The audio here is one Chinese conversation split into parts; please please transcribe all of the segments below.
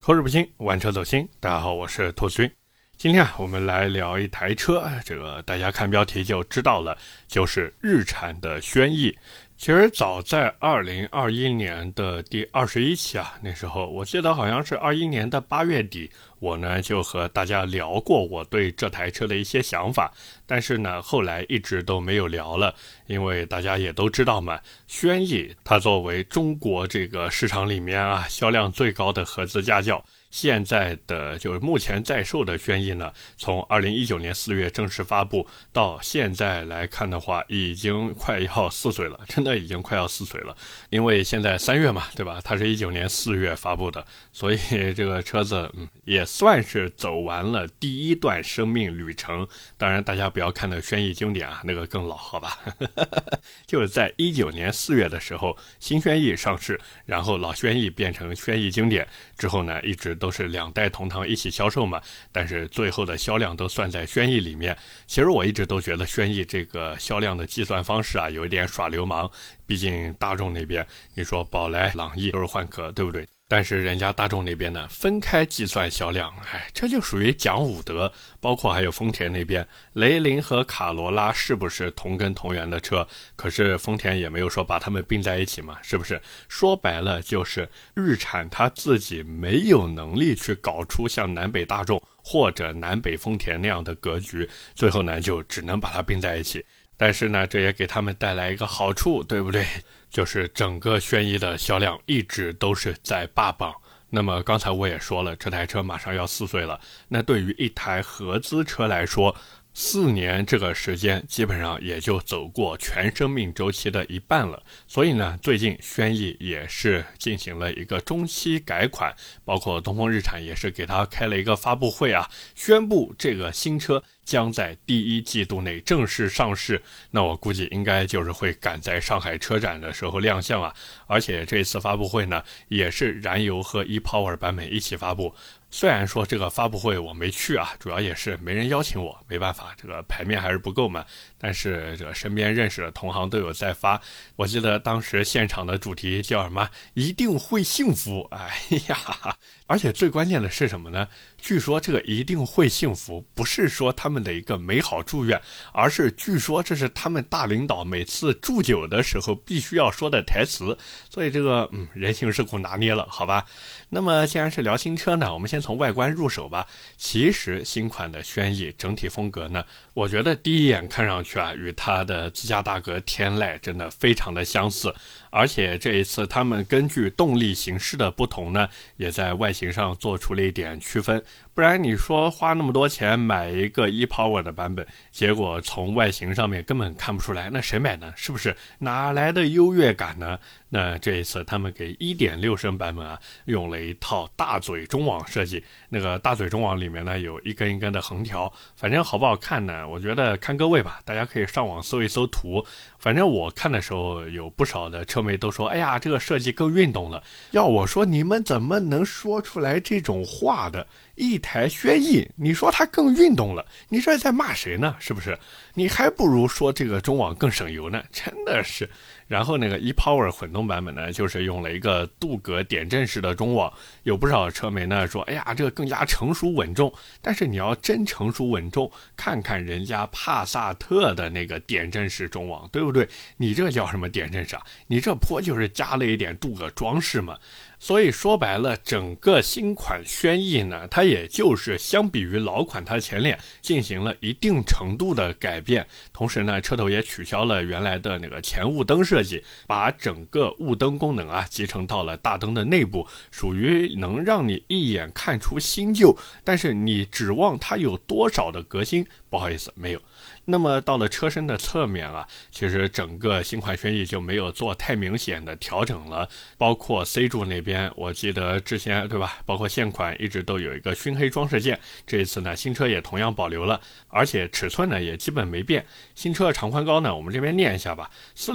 口齿不清，玩车走心。大家好，我是兔子君。今天我们来聊一台车，这个大家看标题就知道了，就是日产的轩逸。其实早在2021年的第21期那时候我记得好像是21年的8月底，我呢就和大家聊过我对这台车的一些想法，但是呢后来一直都没有聊了，因为大家也都知道嘛，轩逸它作为中国这个市场里面销量最高的合资家轿，现在的就是目前在售的轩逸呢，从2019年4月正式发布到现在来看的话，已经快要4岁了，真的已经快要4岁了。因为现在3月嘛，对吧？它是19年4月发布的，所以这个车子也算是走完了第一段生命旅程。当然大家不要看那轩逸经典那个更老，好吧？就是在19年4月的时候，新轩逸上市，然后老轩逸变成轩逸经典之后呢，一直都是2代同堂一起销售嘛，但是最后的销量都算在轩逸里面。其实我一直都觉得轩逸这个销量的计算方式有一点耍流氓，毕竟大众那边你说宝来、朗逸都是换壳，对不对？但是人家大众那边呢，分开计算销量，这就属于讲武德。包括还有丰田那边，雷凌和卡罗拉是不是同根同源的车？可是丰田也没有说把它们并在一起嘛，是不是？说白了就是日产他自己没有能力去搞出像南北大众或者南北丰田那样的格局，最后呢就只能把它并在一起。但是呢，这也给他们带来一个好处，对不对？就是整个轩逸的销量一直都是在霸榜。那么刚才我也说了，这台车马上要4岁了，那对于一台合资车来说，4年这个时间基本上也就走过全生命周期的一半了。所以呢，最近轩逸也是进行了一个中期改款，包括东风日产也是给它开了一个发布会宣布这个新车将在第1季度内正式上市。那我估计应该就是会赶在上海车展的时候亮相而且这次发布会呢，也是燃油和 ePower 版本一起发布。虽然说这个发布会我没去主要也是没人邀请我，没办法，这个牌面还是不够嘛。但是这个身边认识的同行都有在发，我记得当时现场的主题叫什么？一定会幸福！哎呀，而且最关键的是什么呢？据说这个一定会幸福不是说他们的一个美好祝愿，而是据说这是他们大领导每次祝酒的时候必须要说的台词。所以这个人情世故拿捏了，好吧？那么既然是聊新车呢，我们先从外观入手吧。其实新款的轩逸整体风格呢，我觉得第一眼看上去与它的自家大哥天籁真的非常的相似。而且这一次他们根据动力形式的不同呢，也在外形上做出了一点区分。不然你说花那么多钱买一个 ePower 的版本，结果从外形上面根本看不出来，那谁买呢？是不是？哪来的优越感呢？那这一次他们给 1.6 升版本用了一套大嘴中网设计，那个大嘴中网里面呢有一根一根的横条，反正好不好看呢？我觉得看各位吧，大家可以上网搜一搜图。反正我看的时候有不少的车迷都说，哎呀，这个设计更运动了。要我说，你们怎么能说出来这种话的？一台轩逸，你说它更运动了，你这在骂谁呢？是不是？你还不如说这个中网更省油呢，真的是。然后那个 ePower 混动版本呢，就是用了一个镀铬点阵式的中网，有不少车迷呢说，哎呀，这个更加成熟稳重。但是你要真成熟稳重，看看人家帕萨特的那个点阵式中网，对不对？你这叫什么点阵式你这颇就是加了一点镀铬装饰嘛。所以说白了，整个新款轩逸呢，它也就是相比于老款它前脸进行了一定程度的改变，同时呢，车头也取消了原来的那个前雾灯设计，把整个雾灯功能集成到了大灯的内部，属于能让你一眼看出新旧，但是你指望它有多少的革新？不好意思，没有。那么到了车身的侧面其实整个新款轩逸就没有做太明显的调整了，包括 C 柱那边，我记得之前对吧，包括现款一直都有一个熏黑装饰件，这一次呢新车也同样保留了，而且尺寸呢也基本没变。新车的长宽高呢，我们这边念一下吧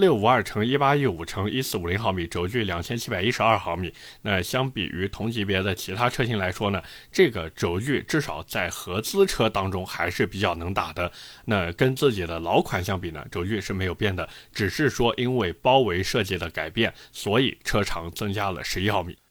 ，4652×1815×1450毫米，轴距2712毫米。那相比于同级别的其他车型来说呢，这个轴距至少在合资车当中还是比较能打的。那跟自己的老款相比呢，轴距是没有变的，只是说因为包围设计的改变，所以车长增加了11毫米。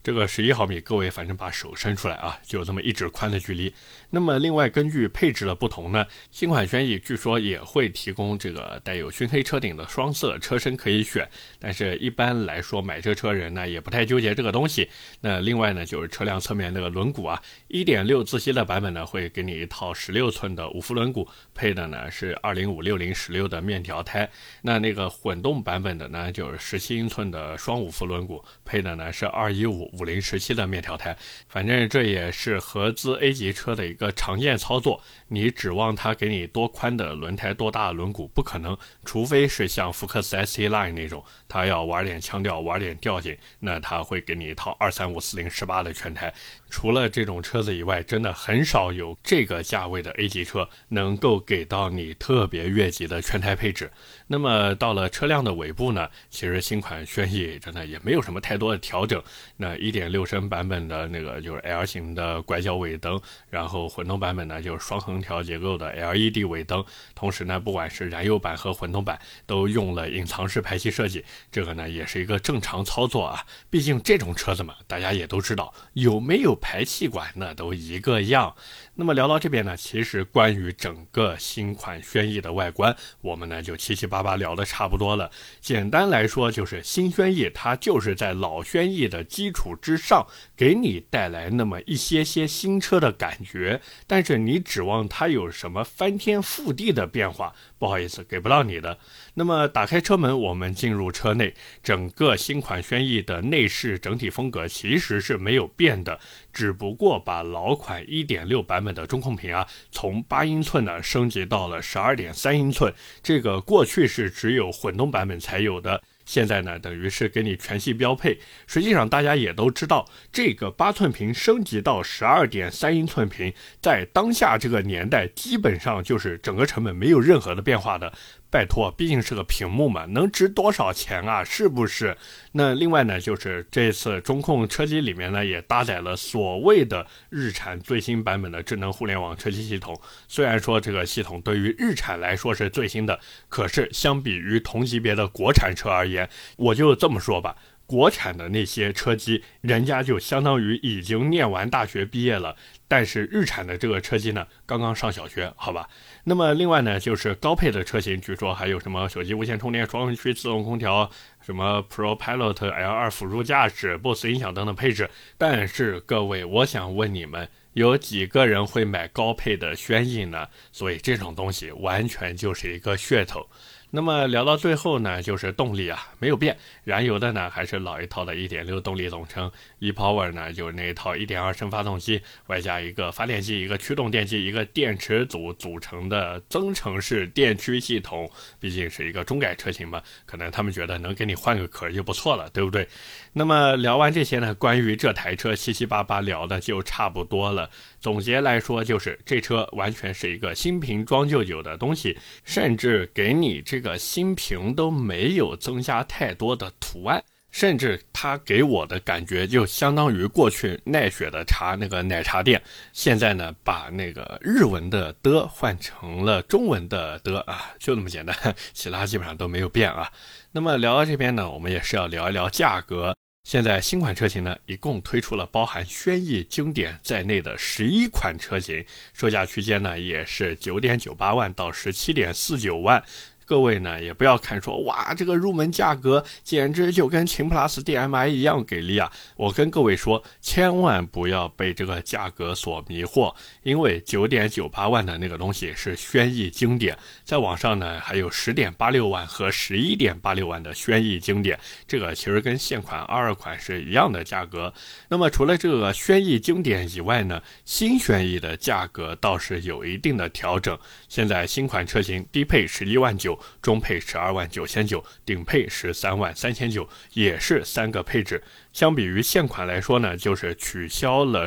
这个11毫米，各位反正把手伸出来啊，就有这么一指宽的距离。那么另外根据配置的不同呢，新款轩逸据说也会提供这个带有熏黑车顶的双色车身可以选，但是一般来说买这车人呢也不太纠结这个东西。那另外呢就是车辆侧面那个轮毂啊， 1.6 自吸的版本呢会给你一套16寸的5伏轮毂，配的呢是205/60/16的面条胎。那个混动版本的呢就是17英寸的双5伏轮毂，配的呢是215/50/17的面条胎。反正这也是合资 A 级车的一个常见操作，你指望它给你多宽的轮胎多大的轮毂不可能，除非是像福克斯 ST Line 那种，它要玩点腔调玩点调性，那它会给你一套235/40/18的全胎。除了这种车子以外，真的很少有这个价位的 A 级车能够给到你特别越级的全胎配置。那么到了车辆的尾部呢，其实新款轩逸真的也没有什么太多的调整。那 1.6 升版本的那个就是 L 型的拐角尾灯，然后混动版本呢就是双横条结构的 LED 尾灯，同时呢不管是燃油版和混动版都用了隐藏式排气设计，这个呢也是一个正常操作啊，毕竟这种车子嘛，大家也都知道有没有排气管那都一个样。那么聊到这边呢，其实关于整个新款轩逸的外观，我们呢就七七八八聊的差不多了。简单来说，就是新轩逸它就是在老轩逸的基础之上，给你带来那么一些新车的感觉，但是你指望它有什么翻天覆地的变化，不好意思，给不到你的。那么打开车门，我们进入车内，整个新款轩逸的内饰整体风格其实是没有变的，只不过把老款 1.6 版本的中控屏啊，从8英寸呢升级到了 12.3 英寸，这个过去是只有混动版本才有的，现在呢等于是给你全系标配。实际上大家也都知道，这个8寸屏升级到 12.3 英寸屏，在当下这个年代基本上就是整个成本没有任何的变化的。拜托，毕竟是个屏幕嘛，能值多少钱啊？是不是？那另外呢，就是这次中控车机里面呢，也搭载了所谓的日产最新版本的智能互联网车机系统。虽然说这个系统对于日产来说是最新的，可是相比于同级别的国产车而言，我就这么说吧，国产的那些车机，人家就相当于已经念完大学毕业了，但是日产的这个车机呢，刚刚上小学，好吧。那么另外呢，就是高配的车型，据说还有什么手机无线充电、双区自动空调、什么 Pro Pilot L2 辅助驾驶、BOSE 音响等等配置。但是各位，我想问你们，有几个人会买高配的轩逸呢？所以这种东西完全就是一个噱头。那么聊到最后呢，就是动力啊，没有变，燃油的呢还是老一套的 1.6 动力总成， ePower 呢就是那一套 1.2 升发动机，外加一个发电机、一个驱动电机、一个电池组组成的增程式电驱系统。毕竟是一个中改车型嘛，可能他们觉得能给你换个壳就不错了，对不对？那么聊完这些呢，关于这台车七七八八聊的就差不多了。总结来说，就是这车完全是一个新瓶装旧酒的东西，甚至给你这个新瓶都没有增加太多的图案，甚至它给我的感觉就相当于过去奈雪的茶那个奶茶店，现在呢把那个日文的的换成了中文的的啊，就那么简单，其他基本上都没有变啊。那么聊到这边呢，我们也是要聊一聊价格。现在新款车型呢，一共推出了包含轩逸经典在内的11款车型，售价区间呢也是 9.98 万到 17.49 万。各位呢也不要看说哇这个入门价格简直就跟秦 Plus DM-i 一样给力啊，我跟各位说千万不要被这个价格所迷惑，因为 9.98 万的那个东西是轩逸经典，在网上呢还有 10.86 万和 11.86 万的轩逸经典，这个其实跟现款22款是一样的价格。那么除了这个轩逸经典以外呢，新轩逸的价格倒是有一定的调整，现在新款车型低配11万9，中配12万9,900，顶配13万3,900，也是3个配置。相比于现款来说呢，就是取消了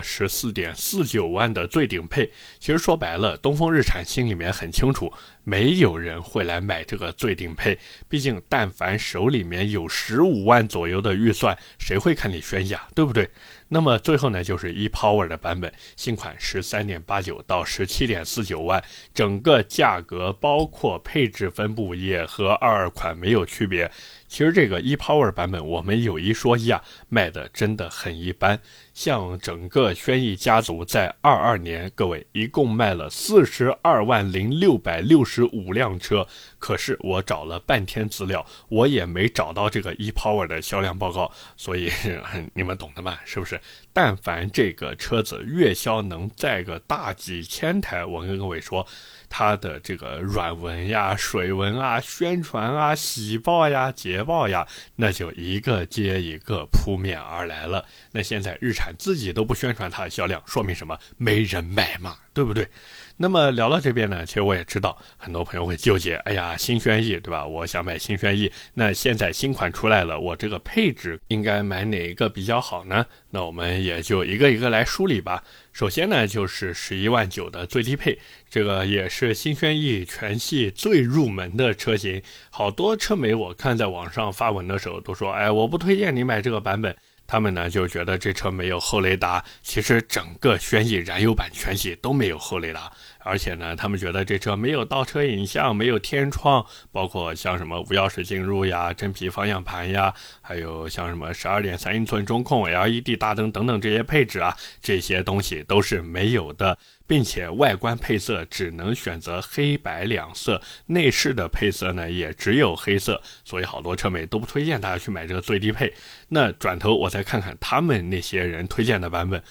14.49 万的最顶配。其实说白了，东风日产心里面很清楚，没有人会来买这个最顶配，毕竟但凡手里面有15万左右的预算，谁会看你轩逸啊，对不对？那么最后呢，就是 ePower 的版本，新款 13.89 到 17.49 万，整个价格包括配置分布也和22款没有区别。 其实这个 ePower 版本我们有一说一啊，卖的真的很一般。像整个轩逸家族在22年，各位一共卖了420665辆车，可是我找了半天资料，我也没找到这个 ePower 的销量报告，所以你们懂的嘛，是不是？但凡这个车子月销能载个大几千台，我跟各位说，它的这个软文呀、水文啊、宣传啊、喜报呀、捷报呀，那就一个接一个扑面而来了。那现在日产自己都不宣传它的销量，说明什么？没人买嘛，对不对？那么聊到这边呢，其实我也知道很多朋友会纠结，哎呀，新轩逸对吧？我想买新轩逸，那现在新款出来了，我这个配置应该买哪一个比较好呢？那我们也就一个一个来梳理吧。首先呢，就是11.9万的最低配，这个也是新轩逸全系最入门的车型。好多车媒我看在网上发文的时候都说，哎，我不推荐你买这个版本。他们呢就觉得这车没有后雷达，其实整个轩逸燃油版全系都没有后雷达，而且呢他们觉得这车没有倒车影像，没有天窗，包括像什么无钥匙进入呀、真皮方向盘呀，还有像什么12.3英寸中控 LED 大灯等等这些配置啊，这些东西都是没有的，并且外观配色只能选择黑白两色，内饰的配色呢也只有黑色，所以好多车媒都不推荐大家去买这个最低配。那转头我再看看他们那些人推荐的版本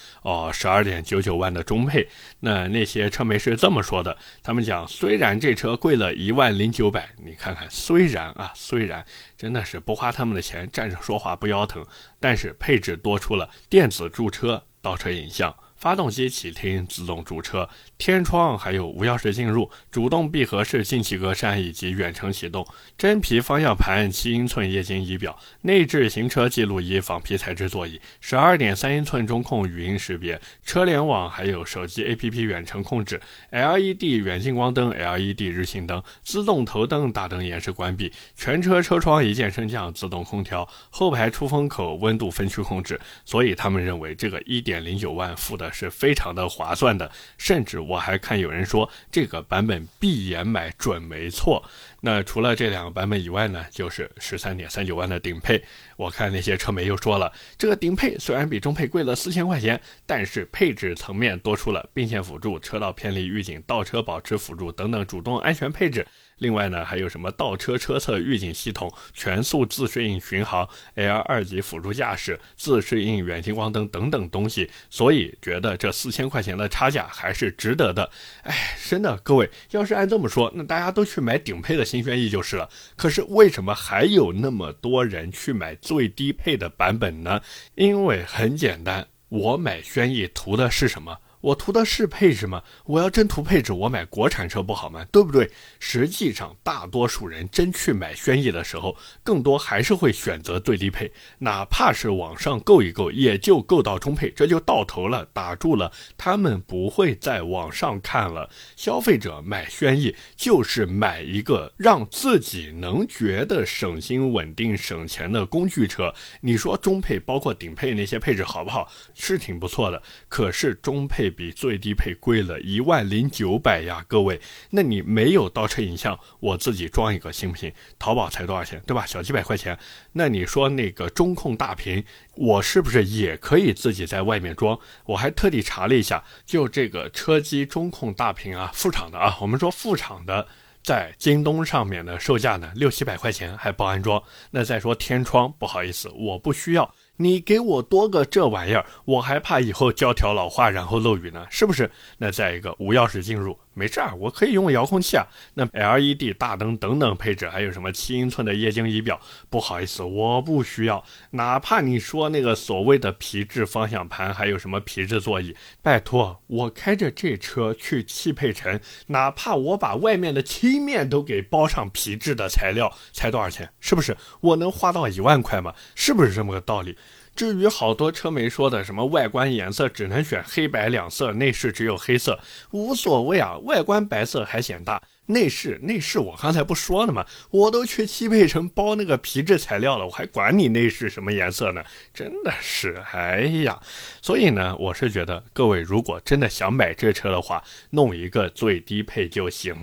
，12.99万的中配，那些车媒是这么说的，他们讲虽然这车贵了10900，你看看虽然真的是不花他们的钱，站着说话不腰疼，但是配置多出了电子驻车、倒车影像、发动机启停、自动驻车、天窗，还有无钥匙进入、主动闭合式进气格栅以及远程启动、真皮方向盘、7英寸液晶仪表、内置行车记录仪、仿皮材质座椅、12.3英寸中控语音识别、车联网，还有手机 APP 远程控制、LED 远近光灯、LED 日行灯、自动头灯、大灯延时关闭、全车车窗一键升降、自动空调、后排出风口温度分区控制，所以他们认为这个1.09万付的是非常的划算的，甚至我还看有人说这个版本闭眼买准没错。那除了这两个版本以外呢，就是 13.39万的顶配。我看那些车媒又说了，这个顶配虽然比中配贵了4000块钱，但是配置层面多出了并线辅助、车道偏离预警、倒车保持辅助等等主动安全配置。另外呢，还有什么倒车车侧预警系统、全速自适应巡航、L2 级辅助驾驶、自适应远近光灯等等东西，所以觉得这4000块钱的差价还是值得的。哎，真的，各位，要是按这么说，那大家都去买顶配的新轩逸就是了。可是为什么还有那么多人去买最低配的版本呢？因为很简单，我买轩逸图的是什么？我图的是配置吗？我要真图配置，我买国产车不好吗？对不对？实际上大多数人真去买轩逸的时候，更多还是会选择最低配，哪怕是网上购一购也就购到中配，这就到头了，打住了，他们不会在网上看了。消费者买轩逸就是买一个让自己能觉得省心稳定省钱的工具车。你说中配包括顶配那些配置好不好？是挺不错的，可是中配比最低配贵了10900呀，各位，那你没有倒车影像，我自己装一个行不行？淘宝才多少钱，对吧？小几百块钱。那你说那个中控大屏，我是不是也可以自己在外面装？我还特地查了一下，就这个车机中控大屏啊，副厂的啊，我们说副厂的，在京东上面的售价呢600-700块钱还包安装。那再说天窗，不好意思，我不需要。你给我多个这玩意儿，我还怕以后胶条老化然后漏雨呢，是不是？那再一个无钥匙进入，没事我可以用遥控器啊。那 LED 大灯等等配置，还有什么7英寸的液晶仪表，不好意思，我不需要。哪怕你说那个所谓的皮质方向盘，还有什么皮质座椅，拜托，我开着这车去汽配城，哪怕我把外面的漆面都给包上皮质的材料，才多少钱？是不是？我能花到1万块吗？是不是这么个道理？至于好多车媒说的什么外观颜色只能选黑白两色，内饰只有黑色，无所谓啊，外观白色还显大，内饰我刚才不说了吗？我都去汽配城包那个皮质材料了，我还管你内饰什么颜色呢？真的是，哎呀，所以呢，我是觉得各位如果真的想买这车的话，弄一个最低配就行了。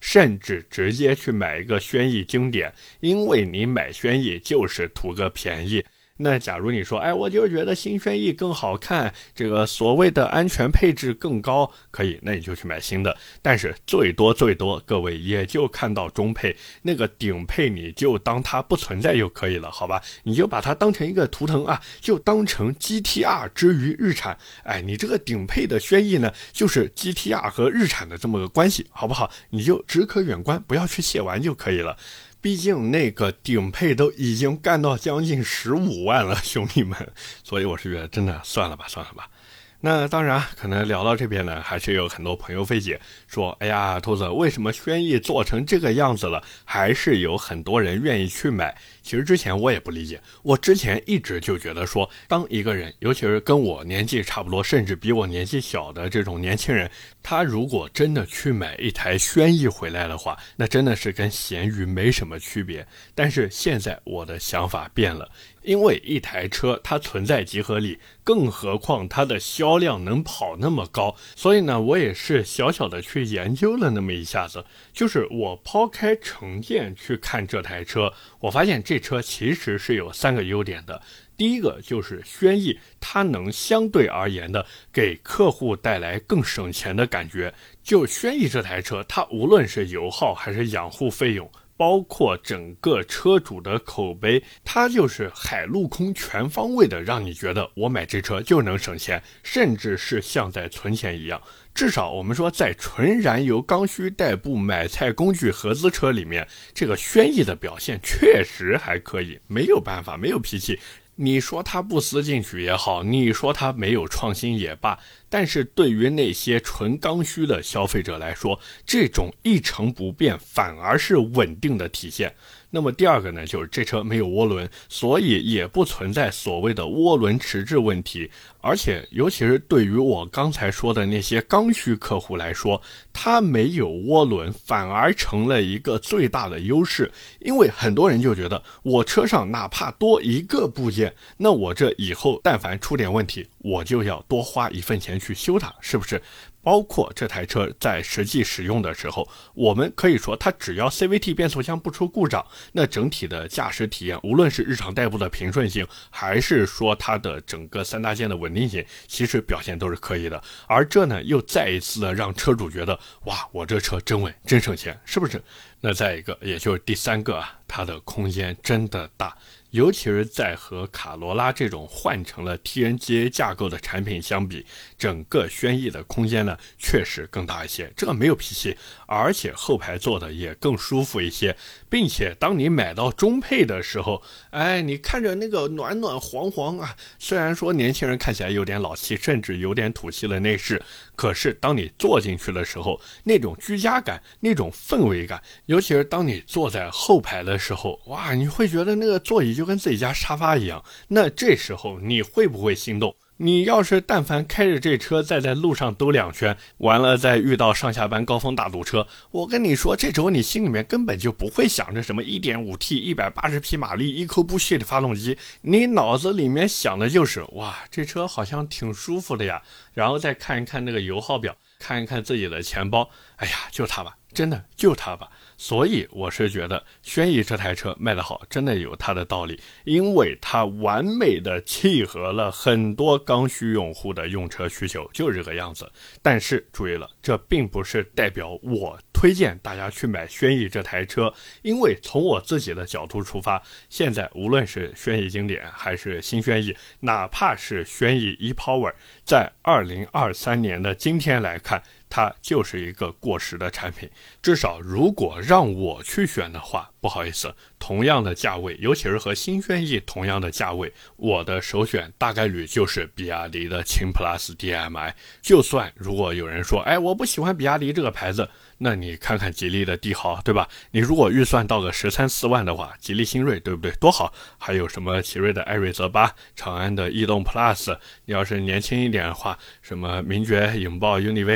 甚至直接去买一个轩逸经典，因为你买轩逸就是图个便宜。那假如你说，我就觉得新轩逸更好看，这个所谓的安全配置更高，可以，那你就去买新的。但是最多各位也就看到中配，那个顶配你就当它不存在就可以了，好吧？你就把它当成一个图腾啊，就当成 GTR 之于日产。你这个顶配的轩逸呢，就是 GTR 和日产的这么个关系，好不好？你就只可远观，不要去亵玩就可以了。毕竟那个顶配都已经干到将近15万了，兄弟们，所以我是觉得真的算了吧。那当然可能聊到这边呢，还是有很多朋友费解，说兔子为什么轩逸做成这个样子了，还是有很多人愿意去买。其实之前我也不理解，我之前一直就觉得说，当一个人，尤其是跟我年纪差不多，甚至比我年纪小的这种年轻人，他如果真的去买一台轩逸回来的话，那真的是跟咸鱼没什么区别。但是现在我的想法变了，因为一台车它存在集合里，更何况它的销量能跑那么高，所以呢，我也是小小的去研究了那么一下子，就是我抛开成见去看这台车，我发现这车其实是有3个优点的。第一个就是轩逸，它能相对而言的给客户带来更省钱的感觉。就轩逸这台车，它无论是油耗还是养护费用，包括整个车主的口碑，它就是海陆空全方位的让你觉得我买这车就能省钱，甚至是像在存钱一样。至少我们说在纯燃油刚需代步买菜工具合资车里面，这个轩逸的表现确实还可以，没有办法，没有脾气。你说它不思进取也好，你说它没有创新也罢，但是对于那些纯刚需的消费者来说，这种一成不变反而是稳定的体现。那么第二个呢，就是这车没有涡轮，所以也不存在所谓的涡轮迟滞问题。而且尤其是对于我刚才说的那些刚需客户来说，它没有涡轮反而成了一个最大的优势。因为很多人就觉得，我车上哪怕多一个部件，那我这以后但凡出点问题，我就要多花1分钱去修它，是不是？包括这台车在实际使用的时候，我们可以说它只要 CVT 变速箱不出故障，那整体的驾驶体验，无论是日常代步的平顺性，还是说它的整个3大件的稳定性，其实表现都是可以的。而这呢，又再一次的让车主觉得，哇，我这车真稳，真省钱，是不是？那再一个，也就是第3个啊，它的空间真的大。尤其是在和卡罗拉这种换成了 TNGA 架构的产品相比，整个轩逸的空间呢确实更大一些，这个没有脾气，而且后排坐的也更舒服一些，并且当你买到中配的时候，你看着那个暖暖黄黄啊，虽然说年轻人看起来有点老气，甚至有点土气的内饰，可是当你坐进去的时候，那种居家感，那种氛围感，尤其是当你坐在后排的时候，哇，你会觉得那个座椅就跟自己家沙发一样，那这时候你会不会心动？你要是但凡开着这车再在路上兜2圈，完了再遇到上下班高峰大堵车，我跟你说，这时候你心里面根本就不会想着什么 1.5T 180匹马力 EcoBoost 的发动机，你脑子里面想的就是哇，这车好像挺舒服的呀，然后再看一看那个油耗表，看一看自己的钱包，哎呀，就它吧，真的就它吧。所以我是觉得轩逸这台车卖得好，真的有它的道理，因为它完美的契合了很多刚需用户的用车需求，就是这个样子。但是注意了，这并不是代表我推荐大家去买轩逸这台车，因为从我自己的角度出发，现在无论是轩逸经典还是新轩逸，哪怕是轩逸 ePower， 在2023年的今天来看，它就是一个过时的产品。至少如果让我去选的话，不好意思，同样的价位，尤其是和新轩逸同样的价位，我的首选大概率就是比亚迪的秦 PLUS DM-i。 就算如果有人说，我不喜欢比亚迪这个牌子，那你看看吉利的帝豪，对吧？你如果预算到个13、14万的话，吉利新锐，对不对？多好！还有什么奇瑞的艾瑞泽8，长安的逸动 Plus， 你要是年轻一点的话，什么名爵、影豹、UNI-V， 对吧？这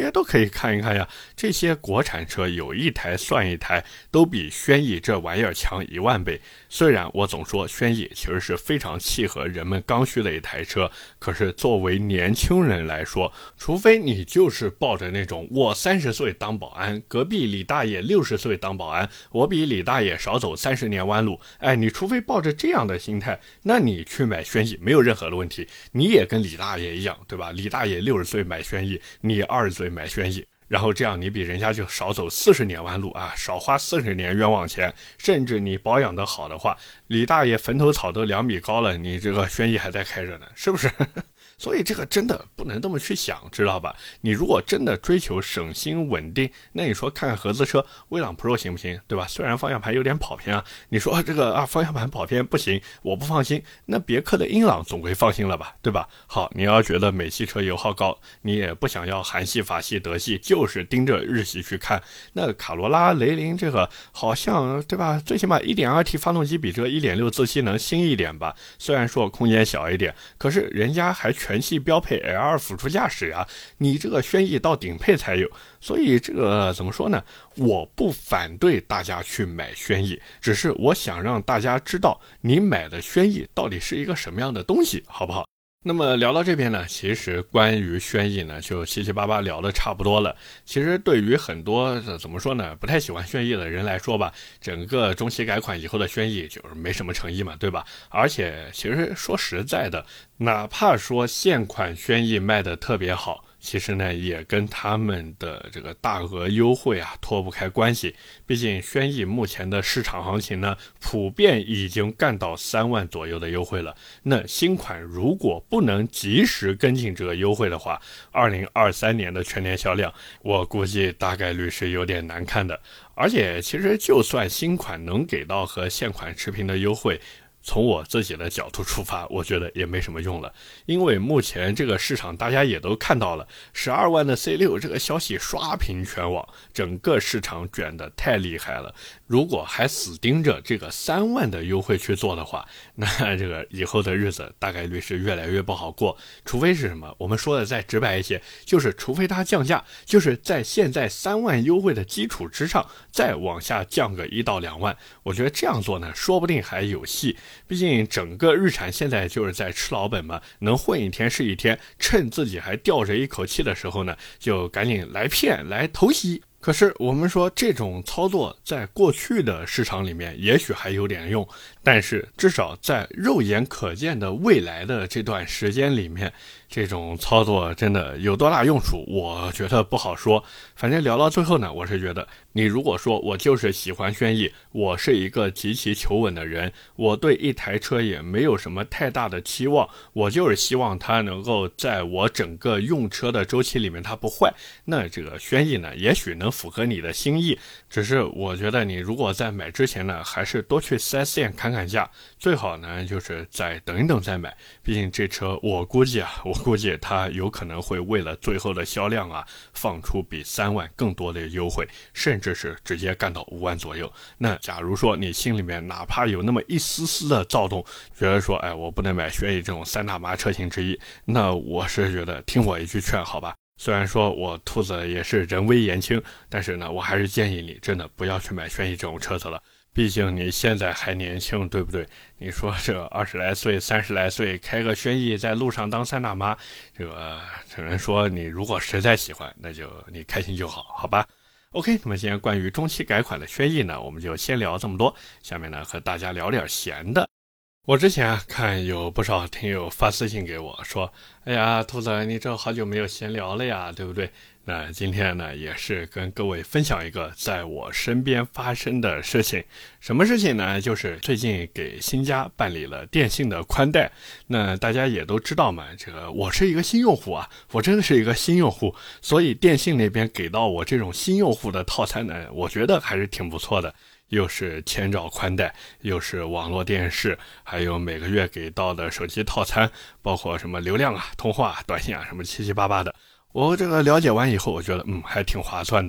也都可以看一看呀。这些国产车有一台算一台，都比轩逸这玩意儿强10000倍。虽然我总说轩逸其实是非常契合人们刚需的一台车，可是作为年轻人来说，除非你就是抱着那种我30岁当保安，隔壁李大爷60岁当保安，我比李大爷少走30年弯路，你除非抱着这样的心态，那你去买轩逸没有任何的问题，你也跟李大爷一样，对吧？李大爷60岁买轩逸，你20岁买轩逸，然后这样你比人家就少走40年弯路啊，少花40年冤枉钱，甚至你保养的好的话，李大爷坟头草都2米高了，你这个轩逸还在开着呢，是不是？所以这个真的不能这么去想，知道吧？你如果真的追求省心稳定，那你说看看合资车威朗 Pro 行不行，对吧？虽然方向盘有点跑偏啊，你说这个方向盘跑偏不行，我不放心，那别克的英朗总归放心了吧，对吧？好，你要觉得美系车油耗高，你也不想要韩系、法系、德系，就是盯着日系去看，那卡罗拉、雷凌这个好像，对吧？最起码 1.2T 发动机比这个 1.6 自吸能新一点吧，虽然说空间小一点，可是人家还全系标配 L2 辅助驾驶啊，你这个轩逸到顶配才有，所以这个怎么说呢？我不反对大家去买轩逸，只是我想让大家知道你买的轩逸到底是一个什么样的东西，好不好？那么聊到这边呢，其实关于轩逸呢就七七八八聊的差不多了。其实对于很多怎么说呢，不太喜欢轩逸的人来说吧，整个中期改款以后的轩逸就是没什么诚意嘛，对吧？而且其实说实在的，哪怕说现款轩逸卖的特别好，其实呢也跟他们的这个大额优惠啊脱不开关系。毕竟轩逸目前的市场行情呢，普遍已经干到3万左右的优惠了。那新款如果不能及时跟进这个优惠的话，2023年的全年销量，我估计大概率是有点难看的。而且其实就算新款能给到和现款持平的优惠，从我自己的角度出发，我觉得也没什么用了，因为目前这个市场大家也都看到了，12万的 C6 这个消息刷屏全网，整个市场卷得太厉害了。如果还死盯着这个3万的优惠去做的话，那这个以后的日子大概率是越来越不好过。除非是什么，我们说的再直白一些，就是除非它降价，就是在现在3万优惠的基础之上再往下降个1到2万，我觉得这样做呢说不定还有戏。毕竟整个日产现在就是在吃老本嘛，能混一天是一天，趁自己还吊着一口气的时候呢，就赶紧来骗来偷袭。可是我们说这种操作在过去的市场里面也许还有点用，但是至少在肉眼可见的未来的这段时间里面，这种操作真的有多大用处，我觉得不好说。反正聊到最后呢，我是觉得你如果说我就是喜欢轩逸，我是一个极其求稳的人，我对一台车也没有什么太大的期望，我就是希望它能够在我整个用车的周期里面它不坏，那这个轩逸呢也许能符合你的心意。只是我觉得你如果在买之前呢，还是多去 4S 店看看价，最好呢就是再等一等再买。毕竟这车我估计它有可能会为了最后的销量啊，放出比3万更多的优惠，甚至是直接干到5万左右。那假如说你心里面哪怕有那么一丝丝的躁动，觉得说我不能买轩逸这种3大妈车型之一，那我是觉得听我一句劝好吧。虽然说我兔子也是人微言轻，但是呢我还是建议你真的不要去买轩逸这种车子了。毕竟你现在还年轻，对不对？你说这20来岁、30来岁开个轩逸在路上当3大妈，这个只能说你如果实在喜欢，那就你开心就好，好吧？OK， 那么今天关于中期改款的轩逸呢，我们就先聊这么多。下面呢和大家聊点闲的。我之前看有不少听友发私信给我说，哎呀，兔子你这好久没有闲聊了呀，对不对？那今天呢也是跟各位分享一个在我身边发生的事情。什么事情呢？就是最近给新家办理了电信的宽带。那大家也都知道嘛，这个我是一个新用户啊，我真的是一个新用户，所以电信那边给到我这种新用户的套餐呢，我觉得还是挺不错的。又是千兆宽带，又是网络电视，还有每个月给到的手机套餐，包括什么流量啊、通话、短信啊，什么七七八八的。我这个了解完以后，我觉得还挺划算的。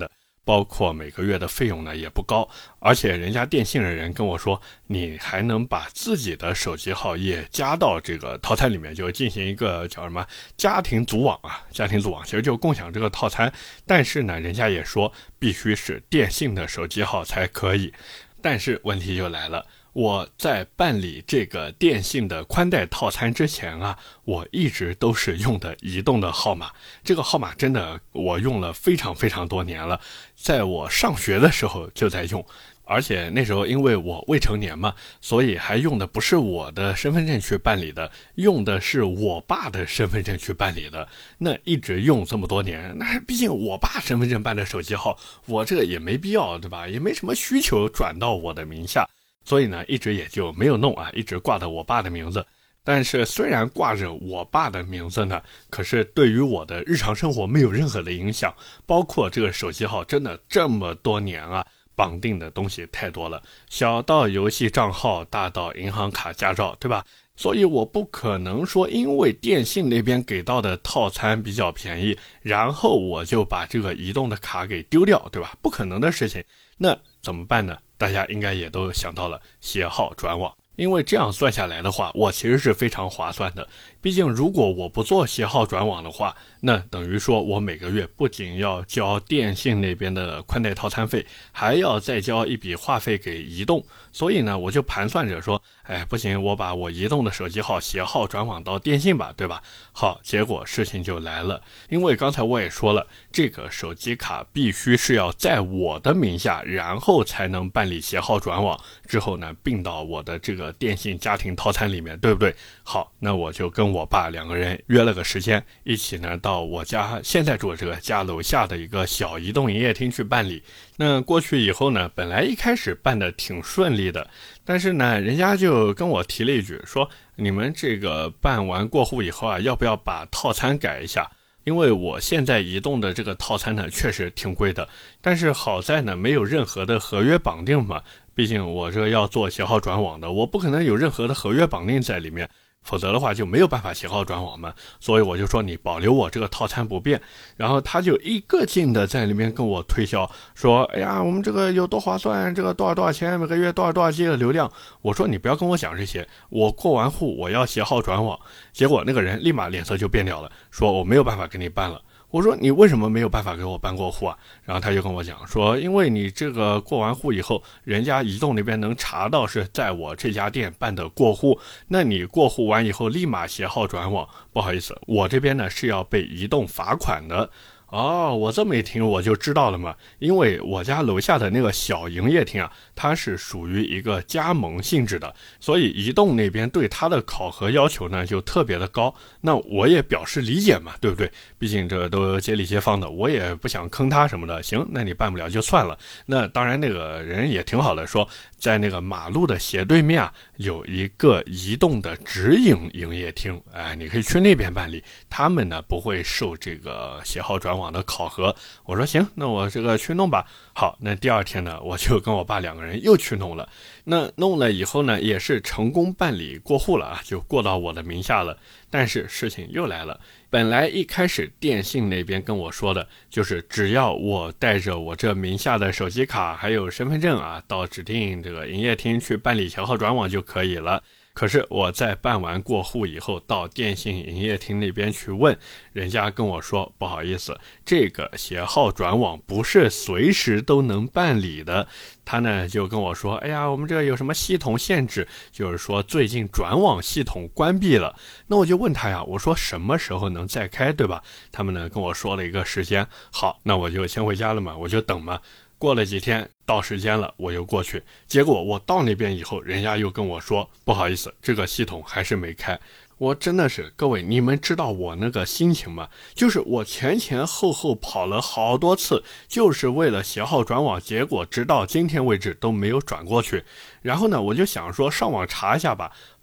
包括每个月的费用呢也不高，而且人家电信的人跟我说，你还能把自己的手机号也加到这个套餐里面，就进行一个叫什么家庭组网啊，家庭组网其实就共享这个套餐，但是呢人家也说必须是电信的手机号才可以。但是问题就来了，我在办理这个电信的宽带套餐之前啊，我一直都是用的移动的号码，这个号码真的我用了非常非常多年了，在我上学的时候就在用，而且那时候因为我未成年嘛，所以还用的不是我的身份证去办理的，用的是我爸的身份证去办理的。那一直用这么多年，那毕竟我爸身份证办的手机号，我这个也没必要，对吧？也没什么需求转到我的名下，所以呢一直也就没有弄啊，一直挂的我爸的名字。但是虽然挂着我爸的名字呢，可是对于我的日常生活没有任何的影响，包括这个手机号真的这么多年啊，绑定的东西太多了，小到游戏账号，大到银行卡、驾照，对吧？所以我不可能说因为电信那边给到的套餐比较便宜，然后我就把这个移动的卡给丢掉，对吧？不可能的事情。那怎么办呢？大家应该也都想到了，携号转网。因为这样算下来的话，我其实是非常划算的。毕竟如果我不做携号转网的话，那等于说我每个月不仅要交电信那边的宽带套餐费，还要再交一笔话费给移动。所以呢，我就盘算着说，不行，我把我移动的手机号携号转网到电信吧，对吧？好，结果事情就来了，因为刚才我也说了，这个手机卡必须是要在我的名下，然后才能办理携号转网，之后呢并到我的这个电信家庭套餐里面，对不对？好，那我就跟我爸两个人约了个时间，一起呢到我家现在住的这个家楼下的一个小移动营业厅去办理。那过去以后呢，本来一开始办的挺顺利的，但是呢人家就跟我提了一句，说你们这个办完过户以后啊，要不要把套餐改一下？因为我现在移动的这个套餐呢确实挺贵的，但是好在呢没有任何的合约绑定嘛，毕竟我这个要做携号转网的，我不可能有任何的合约绑定在里面，否则的话就没有办法携号转网嘛。所以我就说你保留我这个套餐不变，然后他就一个劲的在里面跟我推销，说哎呀我们这个有多划算，这个多少钱，每个月多少 G 的流量。我说你不要跟我讲这些，我过完户我要携号转网。结果那个人立马脸色就变掉了，说我没有办法给你办了。我说你为什么没有办法给我办过户啊？然后他就跟我讲说，因为你这个过完户以后，人家移动那边能查到是在我这家店办的过户，那你过户完以后立马携号转网，不好意思，我这边呢是要被移动罚款的。哦，我这么一听我就知道了嘛，因为我家楼下的那个小营业厅啊，它是属于一个加盟性质的，所以移动那边对它的考核要求呢就特别的高。那我也表示理解嘛，对不对？毕竟这都街里街坊的，我也不想坑他什么的。行，那你办不了就算了。那当然那个人也挺好的，说在那个马路的斜对面啊，有一个移动的直营营业厅，你可以去那边办理，他们呢不会受这个携号转网的考核。我说行，那我这个去弄吧。好，那第二天呢，我就跟我爸两个人又去弄了。那弄了以后呢，也是成功办理过户了啊，就过到我的名下了。但是事情又来了，本来一开始电信那边跟我说的就是只要我带着我这名下的手机卡还有身份证啊，到指定这个营业厅去办理携号转网就可以了。可是我在办完过户以后，到电信营业厅那边去问，人家跟我说不好意思，这个携号转网不是随时都能办理的。他呢就跟我说，哎呀，我们这有什么系统限制，就是说最近转网系统关闭了。那我就问他呀，我说什么时候能再开，对吧？他们呢跟我说了一个时间。好，那我就先回家了嘛，我就等嘛。过了几天到时间了，我又过去，结果我到那边以后，人家又跟我说不好意思，这个系统还是没开。我真的是，各位你们知道我那个心情吗？就是我前后跑了好多次，就是为了携号转网，结果直到今天为止都没有转过去。然后呢我就想说上网查一下吧，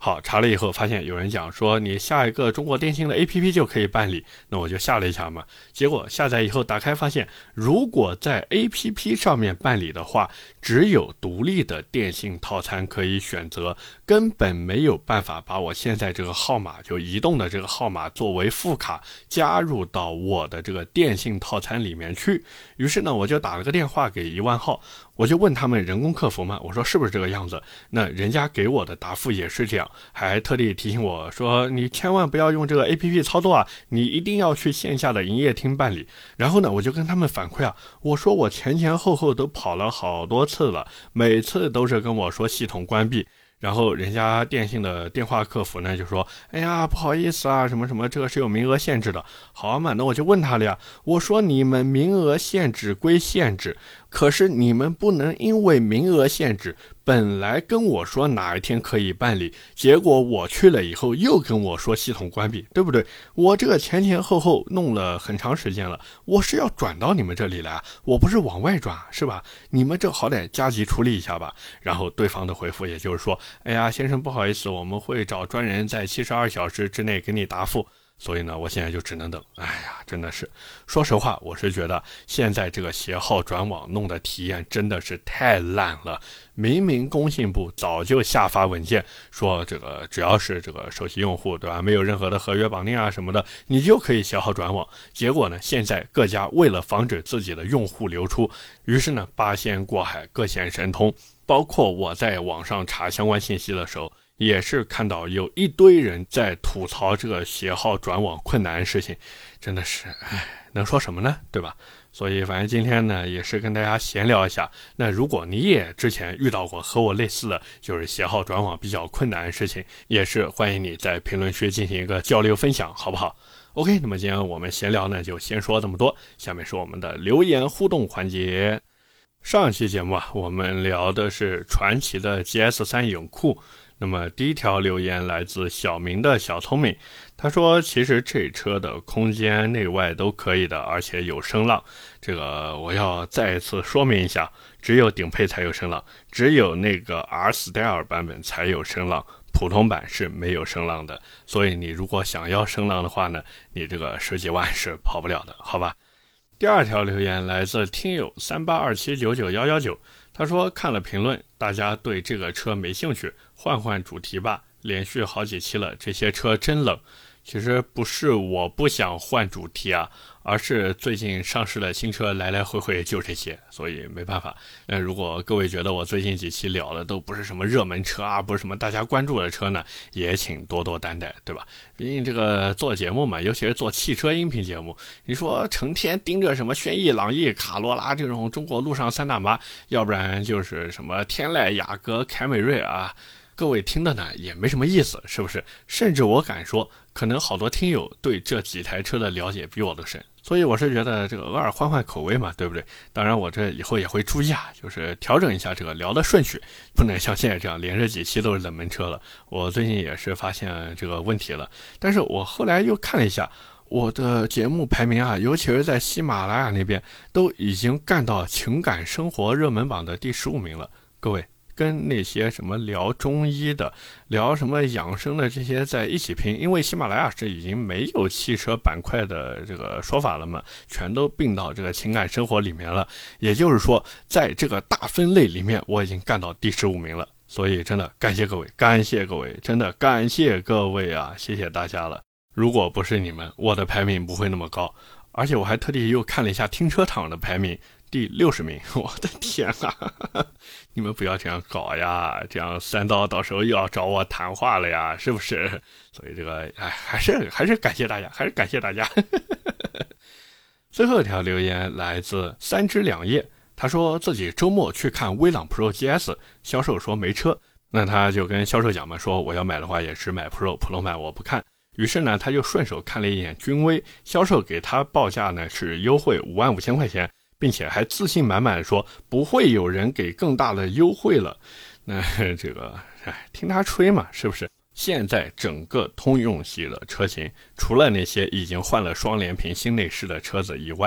好，查了以后发现有人讲说你下一个中国电信的 APP 就可以办理，那我就下了一下嘛。结果下载以后打开发现，如果在 APP 上面办理的话，只有独立的电信套餐可以选择，根本没有办法把我现在这个号码，就移动的这个号码作为副卡加入到我的这个电信套餐里面去。于是呢，我就打了个电话给1万号，我就问他们人工客服嘛，我说是不是这个样子？那人家给我的答复也是这样，还特地提醒我说你千万不要用这个 APP 操作啊，你一定要去线下的营业厅办理。然后呢，我就跟他们反馈啊，我说我前前后后都跑了好多次了，每次都是跟我说系统关闭。然后人家电信的电话客服呢就说，哎呀不好意思啊，什么什么，这个是有名额限制的。好嘛，那我就问他了呀，我说你们名额限制归限制，可是你们不能因为名额限制本来跟我说哪一天可以办理，结果我去了以后又跟我说系统关闭，对不对？我这个前前后后弄了很长时间了，我是要转到你们这里来，我不是往外转，是吧？你们这好歹加急处理一下吧。然后对方的回复也就是说，哎呀先生不好意思，我们会找专人在72小时之内给你答复。所以呢，我现在就只能等。哎呀，真的是，说实话，我是觉得现在这个携号转网弄的体验真的是太烂了。明明工信部早就下发文件说，这个只要是这个手机用户，对吧，没有任何的合约绑定啊什么的，你就可以携号转网。结果呢，现在各家为了防止自己的用户流出，于是呢，八仙过海，各显神通。包括我在网上查相关信息的时候，也是看到有一堆人在吐槽这个携号转网困难的事情，真的是，能说什么呢？对吧？所以反正今天呢，也是跟大家闲聊一下。那如果你也之前遇到过和我类似的，就是携号转网比较困难的事情，也是欢迎你在评论区进行一个交流分享，好不好？ OK， 那么今天我们闲聊呢，就先说这么多。下面是我们的留言互动环节。上一期节目啊，我们聊的是传祺的 GS3 影库。那么第一条留言来自小明的小聪明，他说其实这车的空间内外都可以的，而且有声浪。这个我要再一次说明一下，只有顶配才有声浪，只有那个 R Style 版本才有声浪，普通版是没有声浪的。所以你如果想要声浪的话呢，你这个10几万是跑不了的，好吧？第二条留言来自听友3827991119，他说看了评论，大家对这个车没兴趣，换换主题吧，连续好几期了，这些车真冷。其实不是我不想换主题啊，而是最近上市的新车来来回回就这些，所以没办法。如果各位觉得我最近几期聊的都不是什么热门车啊，不是什么大家关注的车呢，也请多多担待，对吧？毕竟这个做节目嘛，尤其是做汽车音频节目，你说成天盯着什么轩逸、朗逸、卡罗拉这种中国路上三大妈，要不然就是什么天籁、雅阁、凯美瑞啊，各位听的呢也没什么意思，是不是？甚至我敢说，可能好多听友对这几台车的了解比我都深，所以我是觉得这个偶尔换换口味嘛，对不对？当然我这以后也会注意啊，就是调整一下这个聊的顺序，不能像现在这样连着几期都是冷门车了。我最近也是发现这个问题了，但是我后来又看了一下我的节目排名啊，尤其是在喜马拉雅那边都已经干到情感生活热门榜的第15名了。各位，跟那些什么聊中医的、聊什么养生的这些在一起拼，因为喜马拉雅是已经没有汽车板块的这个说法了嘛，全都并到这个情感生活里面了。也就是说，在这个大分类里面，我已经干到第15名了。所以真的感谢各位，感谢各位，真的感谢各位啊，谢谢大家了。如果不是你们，我的排名不会那么高。而且我还特地又看了一下停车场的排名，第60名，我的天啊！你们不要这样搞呀，这样三刀到时候又要找我谈话了呀，是不是？所以这个，还是感谢大家，还是感谢大家。最后一条留言来自3只2叶，他说自己周末去看威朗 Pro GS， 销售说没车，那他就跟销售讲嘛，说我要买的话也只买 Pro， 普通版我不看。于是呢，他就顺手看了一眼君威，销售给他报价呢是优惠55000块钱，并且还自信满满的说不会有人给更大的优惠了。那这个听他吹嘛，是不是？现在整个通用系的车型，除了那些已经换了双联屏新内饰的车子以外，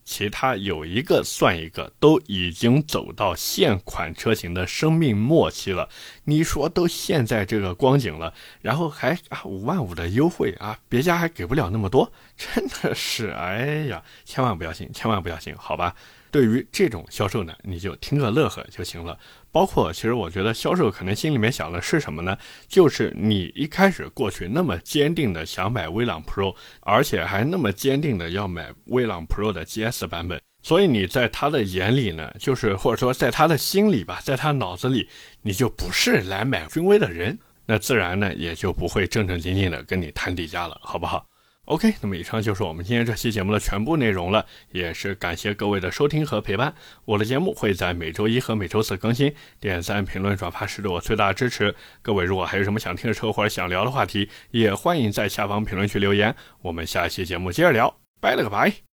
其他有一个算一个，都已经走到现款车型的生命末期了。你说都现在这个光景了，然后还55000的优惠啊，别家还给不了那么多，真的是哎呀，千万不要信，千万不要信，好吧？对于这种销售呢，你就听个乐呵就行了。包括其实我觉得销售可能心里面想的是什么呢？就是你一开始过去那么坚定的想买威朗 Pro， 而且还那么坚定的要买威朗 Pro 的 GS 版本，所以你在他的眼里呢，就是或者说在他的心里吧，在他脑子里，你就不是来买君威的人，那自然呢也就不会正正经经的跟你谈底价了，好不好？OK， 那么以上就是我们今天这期节目的全部内容了，也是感谢各位的收听和陪伴。我的节目会在每周一和每周四更新，点赞、评论、转发是对我最大的支持。各位如果还有什么想听的车或者想聊的话题，也欢迎在下方评论区留言。我们下期节目接着聊，拜了个拜。